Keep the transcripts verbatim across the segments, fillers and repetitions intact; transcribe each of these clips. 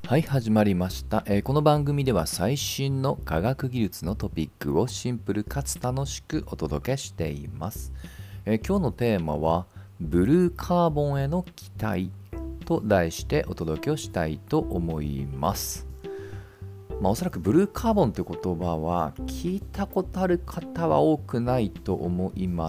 はい、始まりました、えーこの番組では最新の科学技術のトピックをシンプルかつ楽しくお届けしています。えー今日のテーマはブルーカーボンへの期待と題してお届けをしたいと思います。まあ、おそらくブルーカーボンという言葉は聞いたことある方は多くないと思います。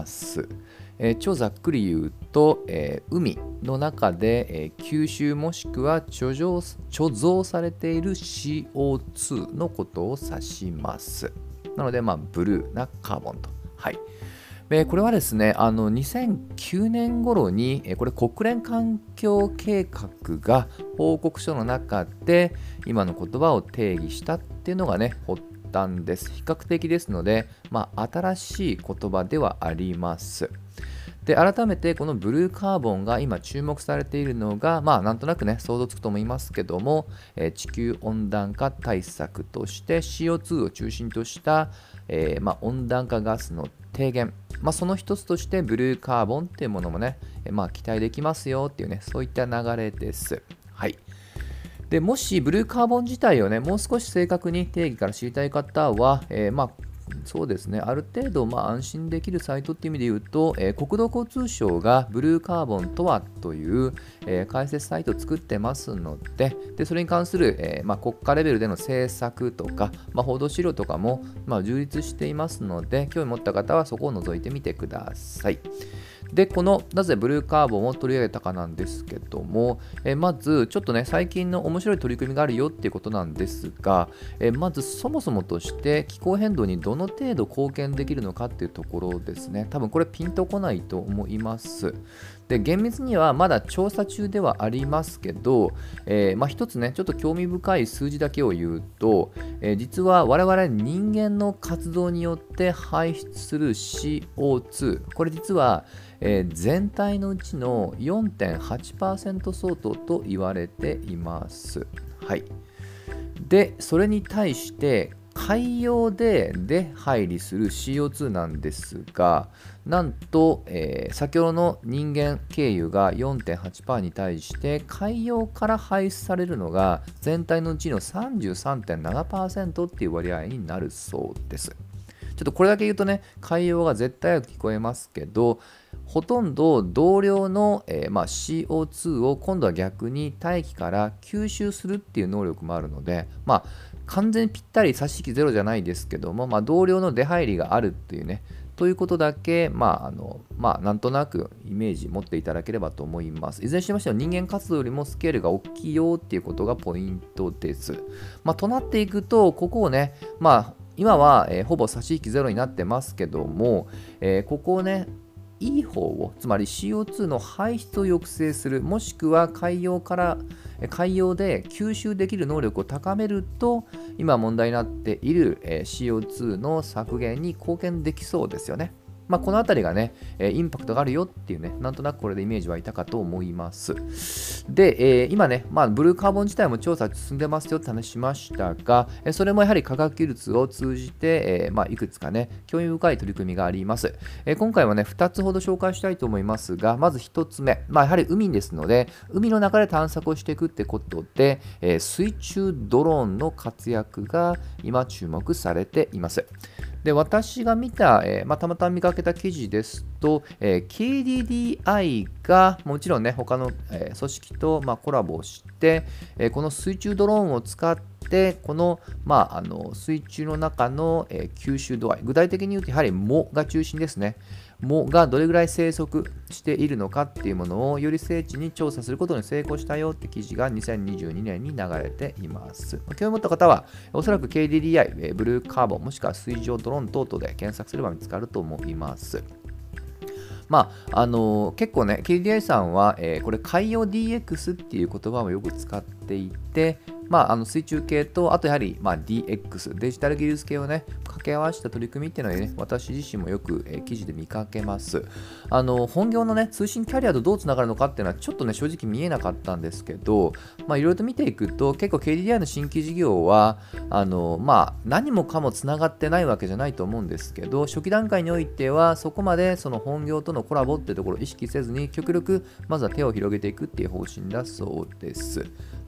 えー超ざっくり言うと、えー海の中で、えー吸収もしくは貯蔵貯蔵されている シーオーツー のことを指します。なので、まあ、ブルーなカーボンと。はい。えーこれはですね、あのにせんきゅうねん頃に、えーこれ国連環境計画が報告書の中で今の言葉を定義したっていうのがね、発端です。比較的ですので、まあ、新しい言葉ではあります。で、改めてこのブルーカーボンが今注目されているのが、まあなんとなくね、想像つくと思いますけども、えー地球温暖化対策として シーオーツー を中心とした、えーまあ、温暖化ガスの低減、まあ、その一つとしてブルーカーボンっていうものもね、えーまあ、期待できますよっていうね、そういった流れです。はい。でもしブルーカーボン自体をね、もう少し正確に定義から知りたい方は、えーまあそうですね、ある程度、まあ、安心できるサイトっていう意味で言うと、えー国土交通省がブルーカーボンとはという、えー解説サイトを作ってますので、でそれに関する、えーまあ、国家レベルでの政策とか、まあ、報道資料とかも、まあ、充実していますので、興味持った方はそこを覗いてみてください。で、このなぜブルーカーボンを取り上げたかなんですけども、えまずちょっとね、最近の面白い取り組みがあるよっていうことなんですが、えまずそもそもとして気候変動にどの程度貢献できるのかっていうところですね。多分これピンとこないと思います。で、厳密にはまだ調査中ではありますけど、えーまあ、一つね、ちょっと興味深い数字だけを言うと、えー実は我々人間の活動によって排出する シーオーツー、これ実は、えー全体のうちの よんてんはちパーセント 相当と言われています。はい。で、それに対して海洋で出入りする シーオーツー なんですが、なんと、えー先ほどの人間経由が よんてんはちパーセント に対して海洋から排出されるのが全体のうちの さんじゅうさんてんななパーセント っていう割合になるそうです。ちょっとこれだけ言うとね、海洋が絶対よく聞こえますけど、ほとんど同量の、えーまあ、シーオーツー を今度は逆に大気から吸収するっていう能力もあるので、まあ、完全にぴったり差し引きゼロじゃないですけども、まあ、同量の出入りがあるっていうね、ということだけ、まああのまあ、なんとなくイメージ持っていただければと思います。いずれにしましても人間活動よりもスケールが大きいよっていうことがポイントです。まあ、となっていくと、ここをね、まあ、今は、えーほぼ差し引きゼロになってますけども、えーここをね、いい方を、つまり シーオーツー の排出を抑制する、もしくは海洋からえ海洋で吸収できる能力を高めると、今問題になっているえー シーオーツー の削減に貢献できそうですよね。まあ、このあたりがね、えーインパクトがあるよっていうね、なんとなくこれでイメージ湧いたかと思います。で、えー今ね、まあ、ブルーカーボン自体も調査進んでますよって話しましたが、えーそれもやはり科学技術を通じて、えーまあ、いくつかね、興味深い取り組みがあります。えー今回はね、ふたつほど紹介したいと思いますが、まずひとつめ、まあ、やはり海ですので、海の中で探索をしていくってことで、えー水中ドローンの活躍が今注目されています。で、私が見た、えーまあ、たまたま見かけた記事ですと、えー ケーディーディーアイ がもちろんね、他の、えー組織と、まあ、コラボをして、えーこの水中ドローンを使ってこの、まあ、あの水中の中の、えー吸収度合い、具体的に言うとやはり藻が中心ですね。藻がどれぐらい生息しているのかっていうものをより精緻に調査することに成功したよって記事がにせんにじゅうにねんに流れています。興味持った方はおそらく ケーディーディーアイ、えーブルーカーボンもしくは水上ドローン等々で検索すれば見つかると思います。まああのー結構ね、ケーディーアイ さんは、えーこれ海洋 ディーエックス っていう言葉をよく使っていて、まあ、あの水中系と、あとやはり、まあ、ディーエックス、デジタル技術系をね、掛け合わせた取り組みっていうのはね、私自身もよく、えー記事で見かけます。あの、本業のね、通信キャリアとどうつながるのかっていうのは、ちょっとね、正直見えなかったんですけど、まあ、いろいろと見ていくと、結構 ケーディーディーアイ の新規事業は、あの、まあ、何もかもつながってないわけじゃないと思うんですけど、初期段階においては、そこまでその本業とのコラボっていうところを意識せずに、極力、まずは手を広げていくっていう方針だそうです。まあ、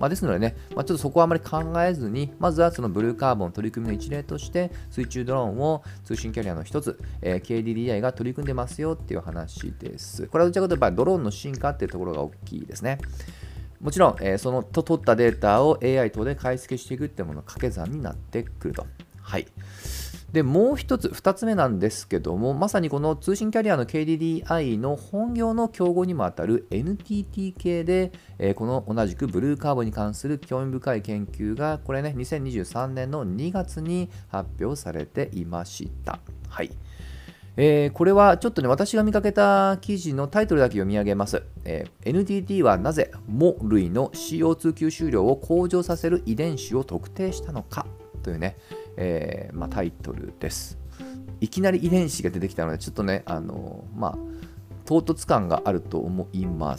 あ、ですのでね、まあ、ちょっとそこはあまり考えずに、まずはそのブルーカーボン取り組みの一例として、水中ドローンを通信キャリアの一つ、えー、ケーディーディーアイ が取り組んでますよっていう話です。これはどちらかというと、やっぱりドローンの進化っていうところが大きいですね。もちろん、えー、そのと取ったデータを エーアイ 等で解析していくっていうものの掛け算になってくると。はい。で、もう一つ、二つ目なんですけども、まさにこの通信キャリアの ケーディーディーアイ の本業の競合にもあたる エヌティーティー 系で、えー、この同じくブルーカーボンに関する興味深い研究が、これね、にせんにじゅうさんねんのにがつに発表されていました。はい。えー、これはちょっとね、私が見かけた記事のタイトルだけ読み上げます。えー、エヌティーティー はなぜ藻類の シーオーツー 吸収量を向上させる遺伝子を特定したのかというね、えーまあ、タイトルです。いきなり遺伝子が出てきたので、ちょっとね、あのー、まあ、唐突感があると思います。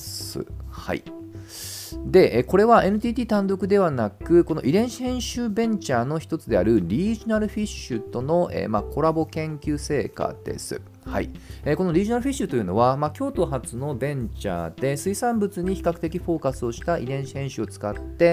はい。で、これは エヌティーティー 単独ではなく、この遺伝子編集ベンチャーの一つであるリージョナルフィッシュとの、えーまあ、コラボ研究成果です。はい。えー、このリージョナルフィッシュというのは、まあ、京都発のベンチャーで水産物に比較的フォーカスをした遺伝子編集を使って、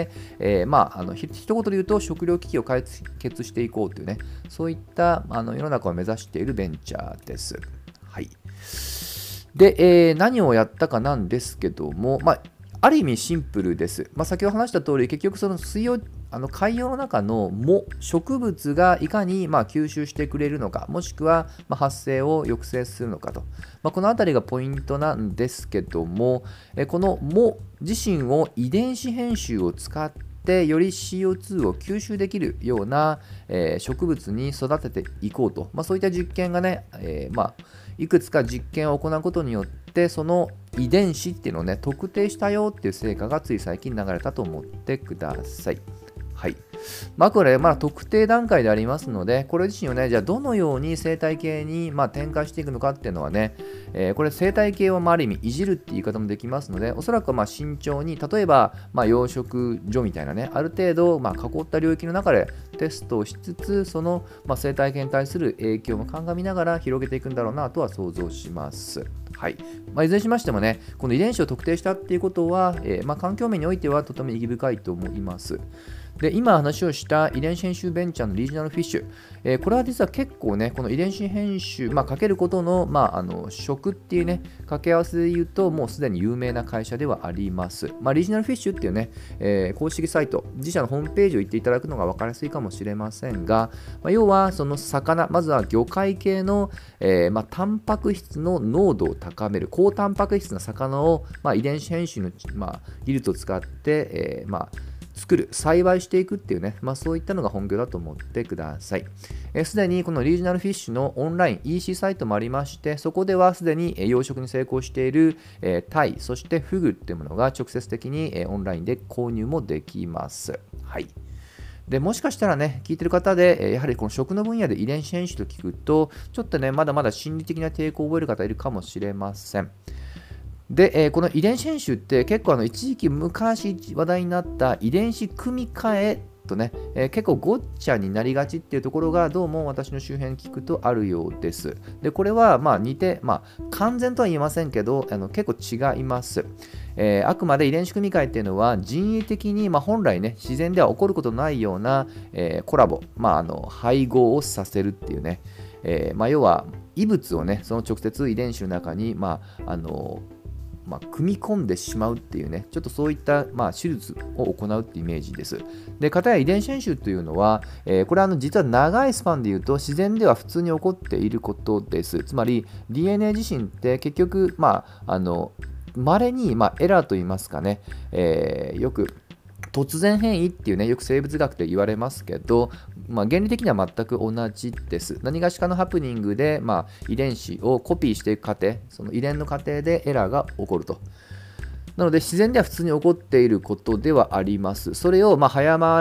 えー、まあ、あのひ一言で言うと食糧危機を解決していこうというね、そういったあの世の中を目指しているベンチャーです。はい。で、えー、何をやったかなんですけども、まあある意味シンプルです。まあ、先ほど話した通り、結局その水曜あの海洋の中の藻、植物がいかにまあ吸収してくれるのか、もしくはまあ発生を抑制するのかと、まあ、このあたりがポイントなんですけども、えこの藻自身を遺伝子編集を使ってより シーオーツー を吸収できるような、えー、植物に育てていこうと、まあ、そういった実験がね、えー、まあいくつか実験を行うことによってその遺伝子っていうのをね特定したよっていう成果がつい最近流れたと思ってください。はい。まあ、これ、まあ、特定段階でありますので、これ自身をね、じゃあどのように生態系に、まあ、展開していくのかっていうのはね、えー、これ生態系を、まあ、ある意味いじるっていう言い方もできますので、おそらくまあ慎重に、例えば、まあ、養殖所みたいなね、ある程度、まあ、囲った領域の中でテストをしつつ、その、まあ、生態系に対する影響も鑑みながら広げていくんだろうなとは想像します。はい。まあ、いずれにしましてもね、この遺伝子を特定したっていうことは、えーまあ、環境面においてはとても意義深いと思います。で今話をした遺伝子編集ベンチャーのリージョナルフィッシュ、えー、これは実は結構ね、この遺伝子編集、まあ、かけることの、まあ、あの食っていうね、掛け合わせで言うと、もうすでに有名な会社ではあります。まあ、リージョナルフィッシュっていうね、えー、公式サイト、自社のホームページを言っていただくのが分かりやすいかもしれませんが、まあ、要はその魚、まずは魚介系の、えーまあ、タンパク質の濃度を高める、高タンパク質な魚を、まあ、遺伝子編集の、まあ、技術を使って、えーまあ作る、栽培していくっていうね、まあ、そういったのが本業だと思ってください。すでにこのリージョナルフィッシュのオンライン イーシー サイトもありまして、そこではすでに養殖に成功している、えー、タイ、そしてフグっていうものが直接的に、えー、オンラインで購入もできます。はい。でもしかしたらね、聞いてる方で、やはりこの食の分野で遺伝子編集と聞くと、ちょっとね、まだまだ心理的な抵抗を覚える方いるかもしれません。で、えー、この遺伝子編集って結構あの一時期昔話題になった遺伝子組み換えとね、えー、結構ごっちゃになりがちっていうところがどうも私の周辺聞くとあるようです。で、これはまあ似て、まあ完全とは言えませんけど、あの結構違います。えー、あくまで遺伝子組み換えっていうのは人為的に、まあ、本来ね、自然では起こることのないような、えー、コラボ、まあ、あの配合をさせるっていうね、えーまあ、要は異物をね、その直接遺伝子の中に、まあ、あのまあ、組み込んでしまうっていうね、ちょっとそういった、まあ、手術を行うってイメージです。で、かたや遺伝子編集というのは、えー、これはあの実は長いスパンで言うと自然では普通に起こっていることです。つまり ディーエヌエー 自身って結局、まあ、あの稀に、まあ、エラーと言いますかね、えー、よく突然変異っていうね、よく生物学で言われますけど、まあ、原理的には全く同じです。何がしかのハプニングで、まあ、遺伝子をコピーしていく過程、その遺伝の過程でエラーが起こると。なので自然では普通に起こっていることではあります。それをまあ早回りし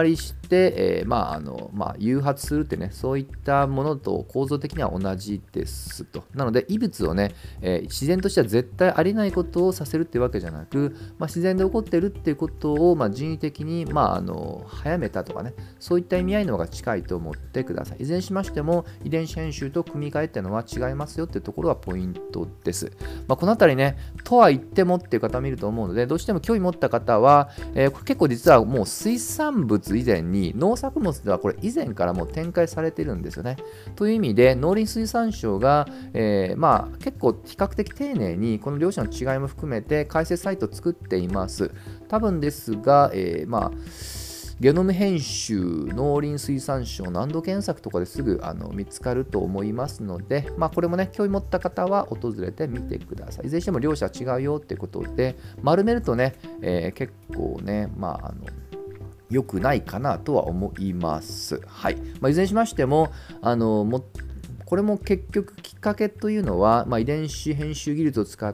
て、えーまああのまあ、誘発するってね、そういったものと構造的には同じですと。なので異物をね、えー、自然としては絶対ありえないことをさせるっていうわけじゃなく、まあ、自然で起こってるっていうことを、まあ、人為的に、まあ、あの早めたとかね、そういった意味合いの方が近いと思ってください。いずれにしましても遺伝子編集と組み換えっていうのは違いますよっていうところはポイントです。まあ、このあたりね、とは言ってもっていう方見ると思うので、どうしても興味持った方は、えー、これ結構実はもう水産物以前に農作物ではこれ以前からもう展開されてるんですよね。という意味で農林水産省が、えー、まあ結構比較的丁寧にこの両者の違いも含めて解説サイトを作っています。多分ですが、えー、まあゲノム編集農林水産省難度検索とかですぐあの見つかると思いますので、まあ、これもね興味持った方は訪れてみてください。いずれにしても両者違うよっていうことで丸めるとね、えー、結構ねまああの良くないかなとは思います。はい。まあ、いずれにしましてもあのもこれも結局きっかけというのは、まあ、遺伝子編集技術を使った、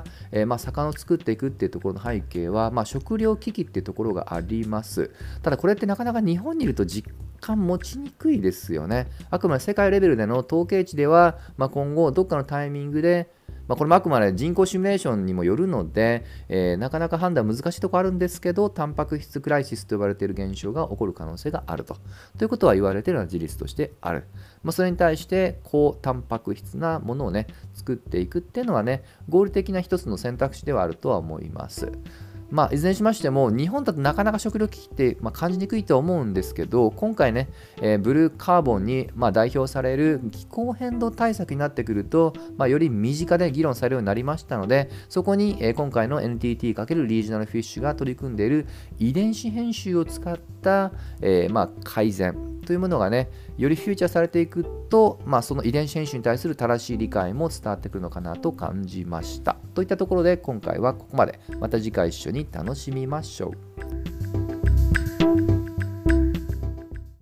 えーまあ、魚を作っていくっていうところの背景は、まあ、食糧危機っていうところがあります。ただこれってなかなか日本にいると実感持ちにくいですよね。あくまで世界レベルでの統計値では、まあ、今後どっかのタイミングでまあ、これもあくまで人口シミュレーションにもよるので、えー、なかなか判断難しいところあるんですけど、タンパク質クライシスと呼ばれている現象が起こる可能性があると。ということは言われているのは事実としてある。まあ、それに対して高タンパク質なものをね、作っていくっていうのはね、合理的な一つの選択肢ではあるとは思います。まあ、いずれにしましても日本だとなかなか食糧危機って、まあ、感じにくいと思うんですけど、今回ね、えー、ブルーカーボンに、まあ、代表される気候変動対策になってくると、まあ、より身近で議論されるようになりましたので、そこに、えー、今回の エヌティーティー× リージョナルフィッシュが取り組んでいる遺伝子編集を使った、えーまあ、改善というものがね、よりフューチャーされていくと、まあ、その遺伝子編集に対する正しい理解も伝わってくるのかなと感じました。といったところで今回はここまで。また次回一緒に楽しみましょう。